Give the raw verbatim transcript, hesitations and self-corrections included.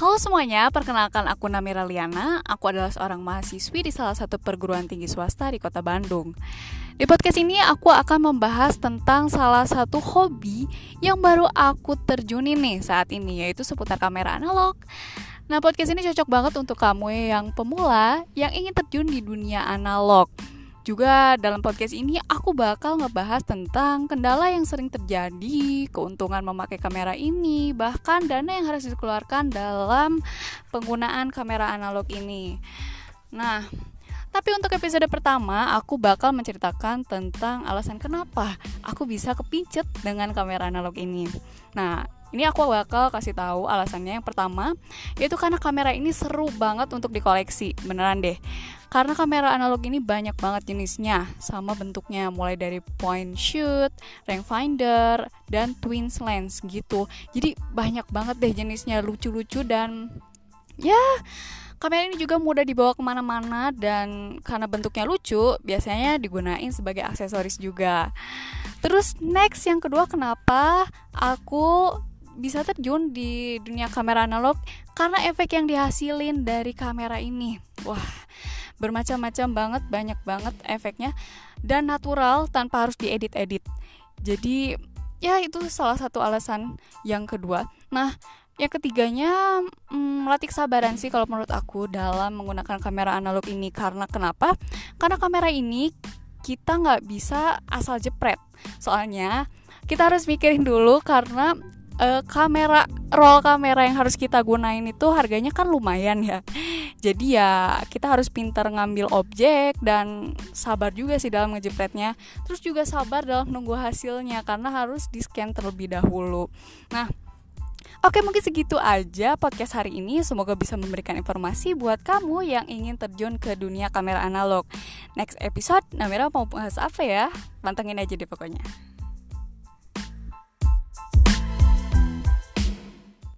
Halo semuanya, perkenalkan aku Namira Liana. Aku adalah seorang mahasiswi di salah satu perguruan tinggi swasta di kota Bandung. Di podcast ini aku akan membahas tentang salah satu hobi yang baru aku terjunin nih saat ini, yaitu seputar kamera analog. Nah, podcast ini cocok banget untuk kamu yang pemula yang ingin terjun di dunia analog. Juga dalam podcast ini aku bakal ngebahas tentang kendala yang sering terjadi, keuntungan memakai kamera ini, bahkan dana yang harus dikeluarkan dalam penggunaan kamera analog ini. Nah, tapi untuk episode pertama aku bakal menceritakan tentang alasan kenapa aku bisa kepincut dengan kamera analog ini. Nah, ini aku bakal kasih tahu alasannya. Yang pertama, yaitu karena kamera ini seru banget untuk dikoleksi, beneran deh. Karena kamera analog ini banyak banget jenisnya, sama bentuknya, mulai dari point shoot, rangefinder, dan twin lens gitu. Jadi banyak banget deh jenisnya, lucu-lucu dan ya, kamera ini juga mudah dibawa kemana-mana. Dan karena bentuknya lucu, biasanya digunain sebagai aksesoris juga. Terus next, yang kedua, kenapa aku bisa terjun di dunia kamera analog? Karena efek yang dihasilin dari kamera ini, wah, bermacam-macam banget, banyak banget efeknya, dan natural tanpa harus diedit-edit. Jadi ya, itu salah satu alasan yang kedua. Nah, yang ketiganya, hmm, melatih kesabaran sih kalau menurut aku dalam menggunakan kamera analog ini. Karena kenapa? Karena kamera ini kita nggak bisa asal jepret. Soalnya kita harus mikirin dulu, karena Uh, kamera, roll kamera yang harus kita gunain itu harganya kan lumayan ya. Jadi ya kita harus pintar ngambil objek dan sabar juga sih dalam ngejepretnya. Terus juga sabar dalam nunggu hasilnya, karena harus di scan terlebih dahulu. Nah, oke, mungkin segitu aja podcast hari ini. Semoga bisa memberikan informasi buat kamu yang ingin terjun ke dunia kamera analog. Next episode, Namira mau bahas apa ya? Pantengin aja deh pokoknya.